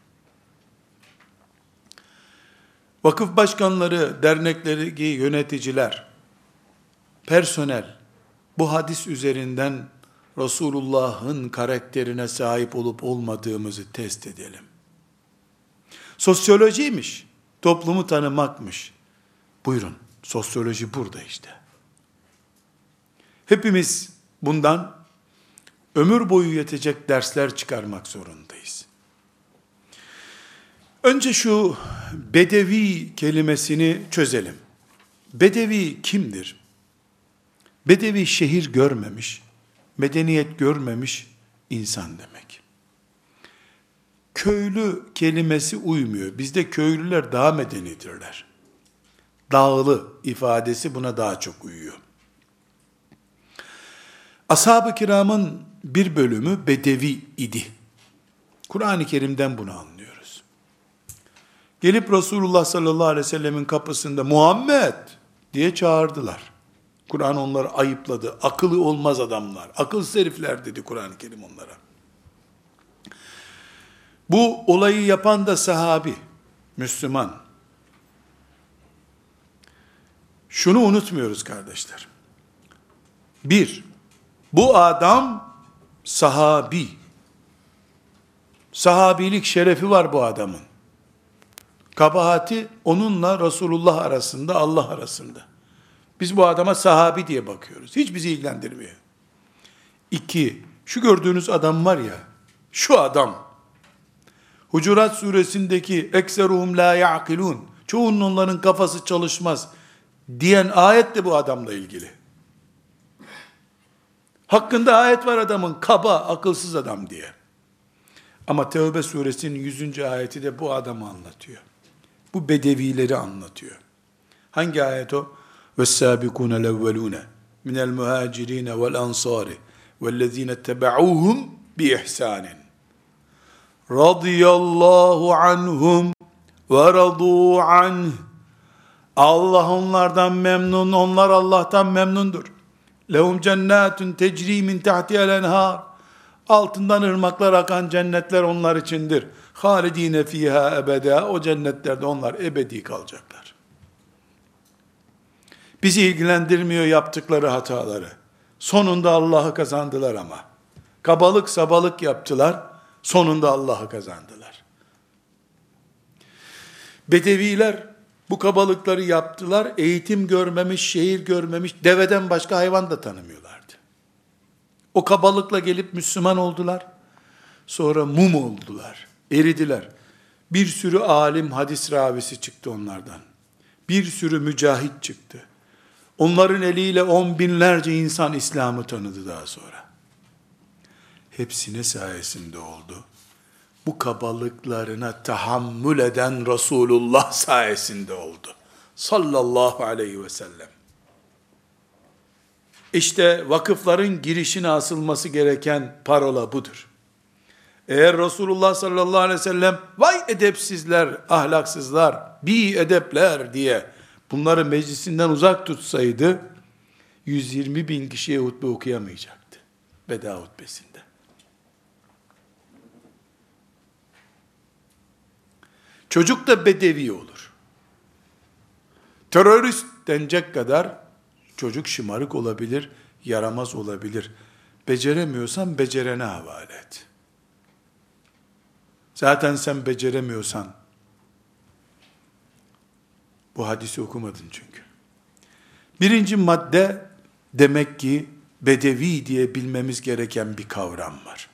[SPEAKER 1] Vakıf başkanları, dernekleri yöneticiler, personel, bu hadis üzerinden Resulullah'ın karakterine sahip olup olmadığımızı test edelim. Sosyolojiymiş, toplumu tanımakmış. Buyurun, sosyoloji burada işte. Hepimiz bundan ömür boyu yetecek dersler çıkarmak zorundayız. Önce şu bedevi kelimesini çözelim. Bedevi kimdir? Bedevi şehir görmemiş, medeniyet görmemiş insan demek. Köylü kelimesi uymuyor. Bizde köylüler daha medenidirler. Dağlı ifadesi buna daha çok uyuyor. Ashab-ı kiramın bir bölümü bedevi idi. Kur'an-ı Kerim'den bunu anlıyoruz. Gelip Resulullah sallallahu aleyhi ve sellemin kapısında Muhammed diye çağırdılar. Kur'an onları ayıpladı. Akıllı olmaz adamlar. Akılsız herifler dedi Kur'an-ı Kerim onlara. Bu olayı yapan da sahabi, Müslüman. Şunu unutmuyoruz kardeşler. Bir, bu adam sahabi. Sahabilik şerefi var bu adamın. Kabahati onunla Resulullah arasında, Allah arasında. Biz bu adama sahabi diye bakıyoruz. Hiç bizi ilgilendirmiyor. İki, şu gördüğünüz adam var ya, şu adam, Hucurat suresindeki ekseruhum la ya'kilun, çoğunun onların kafası çalışmaz diyen ayet de bu adamla ilgili. Hakkında ayet var adamın, kaba, akılsız adam diye. Ama Tevbe suresinin yüzüncü ayeti de bu adamı anlatıyor. Bu bedevileri anlatıyor. Hangi ayet o? وَالسَّابِقُونَ الْاَوَّلُونَ مِنَ الْمُهَاجِرِينَ وَالْاَنْصَارِ وَالَّذ۪ينَ اتَّبَعُوهُمْ بِإِحْسَانٍ radıyallahu anhum ve radu anh. Allah onlardan memnun, onlar Allah'tan memnundur. Lehum cennetun tecri min tahtiha'l enhar. Altından ırmaklar akan cennetler onlar içindir. Halidine fiha ebeda. O cennetlerde onlar ebedi kalacaklar. Bizi ilgilendirmiyor yaptıkları hataları. Sonunda Allah'ı kazandılar ama. Kabalık sabalık yaptılar. Sonunda Allah'ı kazandılar. Bedeviler bu kabalıkları yaptılar. Eğitim görmemiş, şehir görmemiş, deveden başka hayvan da tanımıyorlardı. O kabalıkla gelip Müslüman oldular. Sonra mum oldular. Eridiler. Bir sürü alim, hadis ravisi çıktı onlardan. Bir sürü mücahit çıktı. Onların eliyle on binlerce insan İslam'ı tanıdı daha sonra. Hepsine sayesinde oldu. Bu kabalıklarına tahammül eden Resulullah sayesinde oldu. Sallallahu aleyhi ve sellem. İşte vakıfların girişine asılması gereken parola budur. Eğer Resulullah sallallahu aleyhi ve sellem vay edepsizler, ahlaksızlar, bi edepler diye bunları meclisinden uzak tutsaydı yüz yirmi bin kişiye hutbe okuyamayacaktı. Veda hutbesinde. Çocuk da bedevi olur. Terörist denecek kadar çocuk şımarık olabilir, yaramaz olabilir. Beceremiyorsan becerene havale et. Zaten sen beceremiyorsan, bu hadisi okumadın çünkü. Birinci madde, demek ki bedevi diye bilmemiz gereken bir kavram var.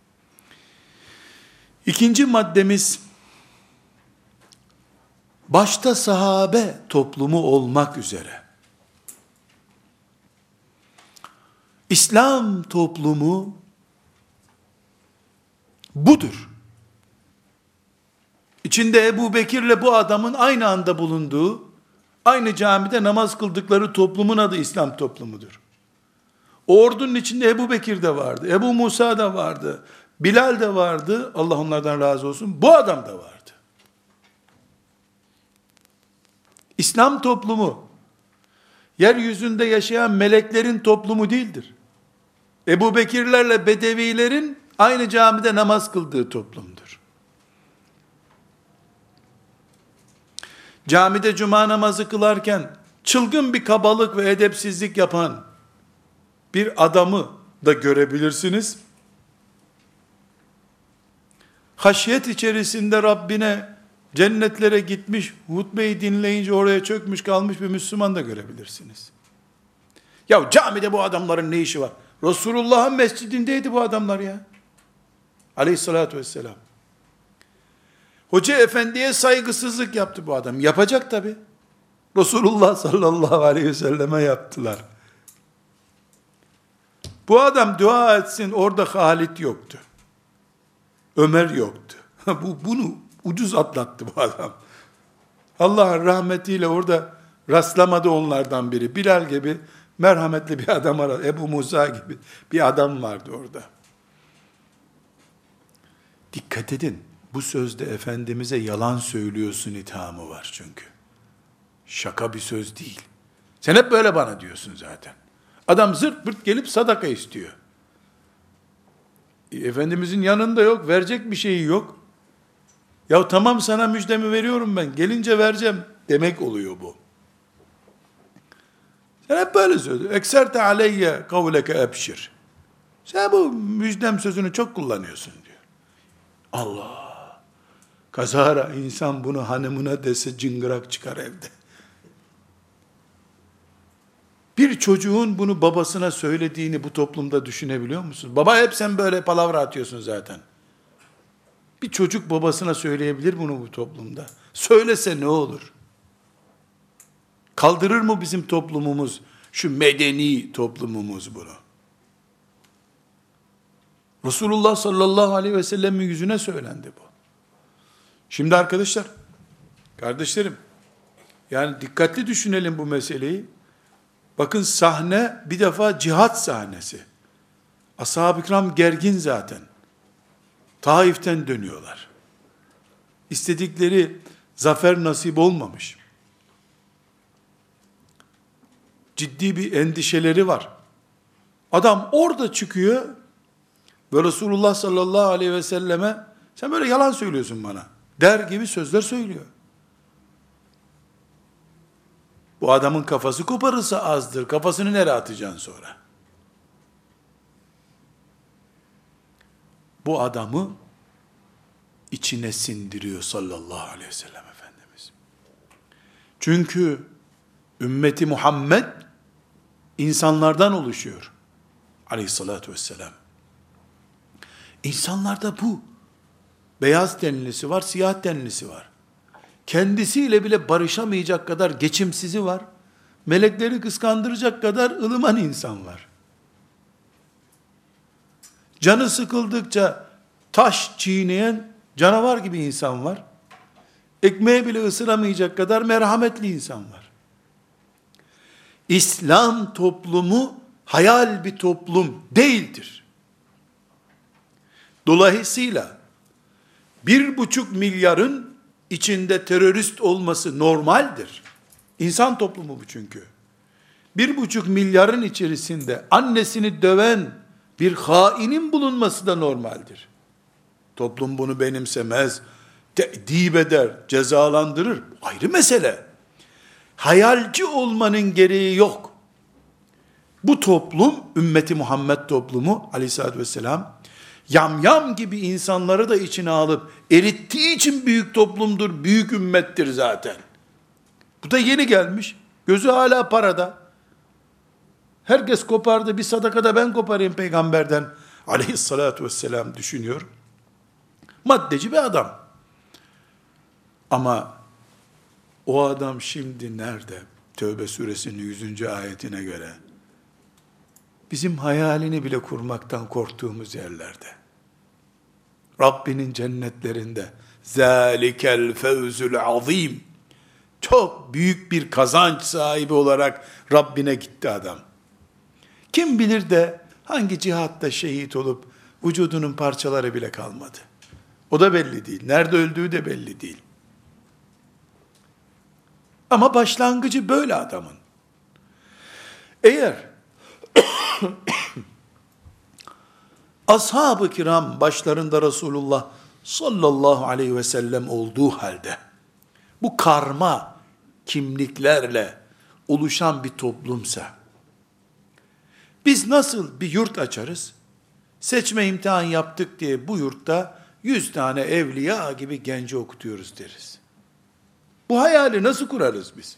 [SPEAKER 1] İkinci maddemiz, başta sahabe toplumu olmak üzere, İslam toplumu budur. İçinde Ebu Bekir'le bu adamın aynı anda bulunduğu, aynı camide namaz kıldıkları toplumun adı İslam toplumudur. O ordunun içinde Ebu Bekir de vardı, Ebu Musa da vardı, Bilal de vardı, Allah onlardan razı olsun, bu adam da vardı. İslam toplumu, yeryüzünde yaşayan meleklerin toplumu değildir. Ebu Bekirlerle Bedevilerin aynı camide namaz kıldığı toplumdur. Camide cuma namazı kılarken çılgın bir kabalık ve edepsizlik yapan bir adamı da görebilirsiniz. Haşyet içerisinde Rabbine cennetlere gitmiş, hutbeyi dinleyince oraya çökmüş kalmış bir Müslüman da görebilirsiniz. Ya camide bu adamların ne işi var? Resulullah'ın mescidindeydi bu adamlar ya. Aleyhissalatü vesselam. Hoca efendiye saygısızlık yaptı bu adam. Yapacak tabi. Resulullah sallallahu aleyhi ve selleme yaptılar. Bu adam dua etsin, orada Halit yoktu. Ömer yoktu. bu Bunu ucuz atlattı bu adam. Allah'ın rahmetiyle orada rastlamadı onlardan biri. Bilal gibi merhametli bir adam aradı. Ebu Musa gibi bir adam vardı orada. Dikkat edin. Bu sözde Efendimiz'e yalan söylüyorsun ithamı var çünkü. Şaka bir söz değil. Sen hep böyle bana diyorsun zaten. Adam zırt pırt gelip sadaka istiyor. E, Efendimiz'in yanında yok, verecek bir şeyi yok. Ya tamam, sana müjdemi veriyorum ben, gelince vereceğim demek oluyor bu. Sen hep böyle söylüyorsun. Ekserte aleyye kavleke ebşir. Sen bu müjdem sözünü çok kullanıyorsun diyor. Allah! Kazara insan bunu hanımına dese cıngırak çıkar evde. Bir çocuğun bunu babasına söylediğini bu toplumda düşünebiliyor musun? Baba, hep sen böyle palavra atıyorsun zaten. Bir çocuk babasına söyleyebilir bunu bu toplumda. Söylese ne olur? Kaldırır mı bizim toplumumuz, şu medeni toplumumuz bunu? Resulullah sallallahu aleyhi ve sellem'in yüzüne söylendi bu. Şimdi arkadaşlar, kardeşlerim, yani dikkatli düşünelim bu meseleyi. Bakın, sahne bir defa cihat sahnesi. Ashab-ı kiram gergin zaten. Taif'ten dönüyorlar. İstedikleri zafer nasip olmamış. Ciddi bir endişeleri var. Adam orada çıkıyor ve Resulullah sallallahu aleyhi ve selleme sen böyle yalan söylüyorsun bana der gibi sözler söylüyor. Bu adamın kafası koparırsa azdır. Kafasını nereye atacaksın sonra? Bu adamı içine sindiriyor sallallahu aleyhi ve sellem Efendimiz. Çünkü ümmeti Muhammed insanlardan oluşuyor. Aleyhissalatü vesselam. İnsanlarda bu. Beyaz tenlisi var, siyah tenlisi var. Kendisiyle bile barışamayacak kadar geçimsizi var. Melekleri kıskandıracak kadar ılıman insan var. Canı sıkıldıkça taş çiğneyen canavar gibi insan var. Ekmeği bile ısıramayacak kadar merhametli insan var. İslam toplumu hayal bir toplum değildir. Dolayısıyla bir buçuk milyarın içinde terörist olması normaldir. İnsan toplumu bu çünkü. Bir buçuk milyarın içerisinde annesini döven bir hainin bulunması da normaldir. Toplum bunu benimsemez. te'dib eder, cezalandırır. Ayrı mesele. Hayalci olmanın gereği yok. Bu toplum, ümmeti Muhammed toplumu aleyhissalatü vesselam, yamyam gibi insanları da içine alıp erittiği için büyük toplumdur, büyük ümmettir zaten. Bu da yeni gelmiş. Gözü hala parada. Herkes kopardı, bir sadakada ben koparayım peygamberden aleyhissalatü vesselam düşünüyor. Maddeci bir adam. Ama o adam şimdi nerede? Tevbe suresinin yüzüncü ayetine göre. Bizim hayalini bile kurmaktan korktuğumuz yerlerde. Rabbinin cennetlerinde. Zalikel fevzul azim. Çok büyük bir kazanç sahibi olarak Rabbine gitti adam. Kim bilir de hangi cihatta şehit olup vücudunun parçaları bile kalmadı. O da belli değil. Nerede öldüğü de belli değil. Ama başlangıcı böyle adamın. Eğer ashab-ı kiram başlarında Resulullah sallallahu aleyhi ve sellem olduğu halde bu karma kimliklerle oluşan bir toplumsa biz nasıl bir yurt açarız? Seçme imtihan yaptık diye bu yurtta yüz tane evliya gibi genci okutuyoruz deriz. Bu hayali nasıl kurarız biz?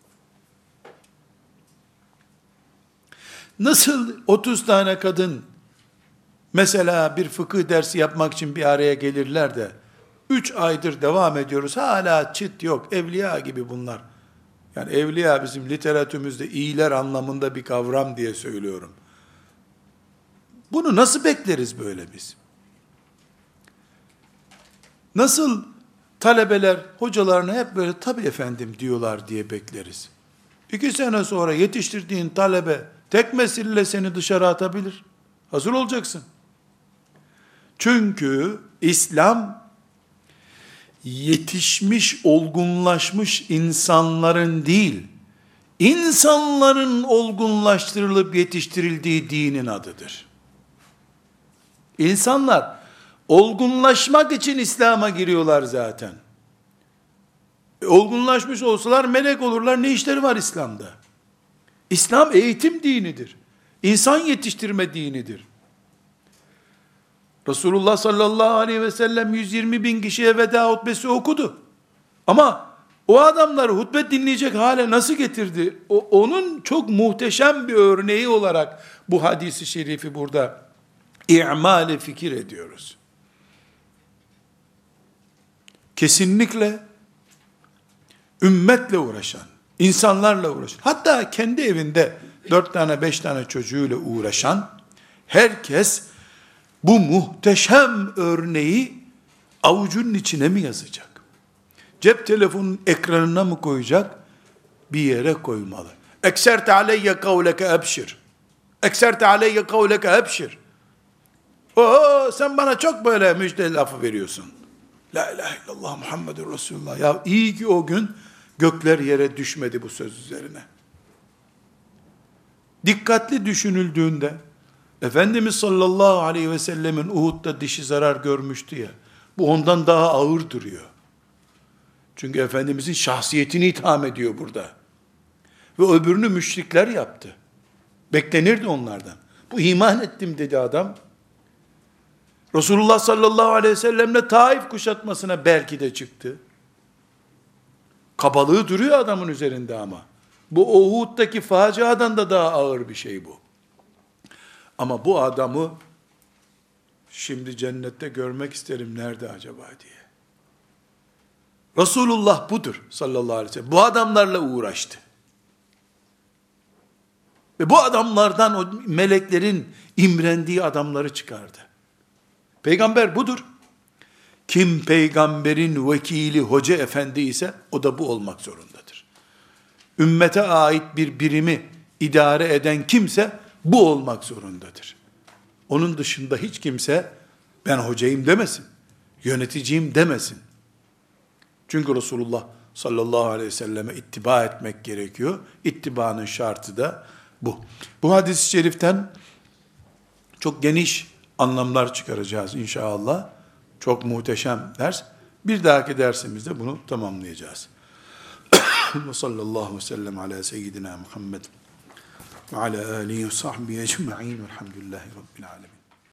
[SPEAKER 1] Nasıl otuz tane kadın mesela bir fıkıh dersi yapmak için bir araya gelirler de üç aydır devam ediyoruz, hala çıt yok, evliya gibi bunlar. Yani evliya bizim literatürümüzde iyiler anlamında bir kavram diye söylüyorum. Bunu nasıl bekleriz böyle biz? Nasıl talebeler hocalarına hep böyle tabii efendim diyorlar diye bekleriz? İki sene sonra yetiştirdiğin talebe tek meseleyle seni dışarı atabilir. Hazır olacaksın. Çünkü İslam yetişmiş, olgunlaşmış insanların değil, insanların olgunlaştırılıp yetiştirildiği dinin adıdır. İnsanlar olgunlaşmak için İslam'a giriyorlar zaten. E, olgunlaşmış olsalar melek olurlar, ne işleri var İslam'da? İslam eğitim dinidir. İnsan yetiştirme dinidir. Resulullah sallallahu aleyhi ve sellem yüz yirmi bin kişiye veda hutbesi okudu. Ama o adamları hutbe dinleyecek hale nasıl getirdi? O, onun çok muhteşem bir örneği olarak bu hadisi şerifi burada i'mal-i fikir ediyoruz. Kesinlikle ümmetle uğraşan, insanlarla uğraşan, hatta kendi evinde dört tane beş tane çocuğuyla uğraşan herkes bu muhteşem örneği avucunun içine mi yazacak? Cep telefonunun ekranına mı koyacak? Bir yere koymalı. Ekserte aleyye kavleke ebşir. Ekserte aleyye kavleke ebşir. Oo, sen bana çok böyle müjde lafı veriyorsun. La ilahe illallah Muhammedur Resulullah. Ya iyi ki o gün gökler yere düşmedi bu söz üzerine. Dikkatli düşünüldüğünde Efendimiz sallallahu aleyhi ve sellemin Uhud'da dişi zarar görmüştü ya, bu ondan daha ağır duruyor. Çünkü Efendimizin şahsiyetini itham ediyor burada. Ve öbürünü müşrikler yaptı. Beklenirdi onlardan. Bu iman ettim dedi adam. Resulullah sallallahu aleyhi ve sellemle Taif kuşatmasına belki de çıktı. Kabalığı duruyor adamın üzerinde ama. Bu Uhud'daki faciadan da daha ağır bir şey bu. Ama bu adamı şimdi cennette görmek isterim, nerede acaba diye. Resulullah budur sallallahu aleyhi ve sellem. Bu adamlarla uğraştı. Ve bu adamlardan o meleklerin imrendiği adamları çıkardı. Peygamber budur. Kim peygamberin vekili, hoca efendi ise o da bu olmak zorundadır. Ümmete ait bir birimi idare eden kimse bu olmak zorundadır. Onun dışında hiç kimse ben hocayım demesin, yöneticiyim demesin. Çünkü Resulullah sallallahu aleyhi ve selleme ittiba etmek gerekiyor. İttibanın şartı da bu. Bu hadis-i şeriften çok geniş anlamlar çıkaracağız inşallah. Çok muhteşem ders. Bir dahaki dersimizde bunu tamamlayacağız. Ve sallallahu aleyhi ve sellem ala seyyidina Muhammed ve ala alihi ve sahbihi ecma'in velhamdülillahi rabbil alemin.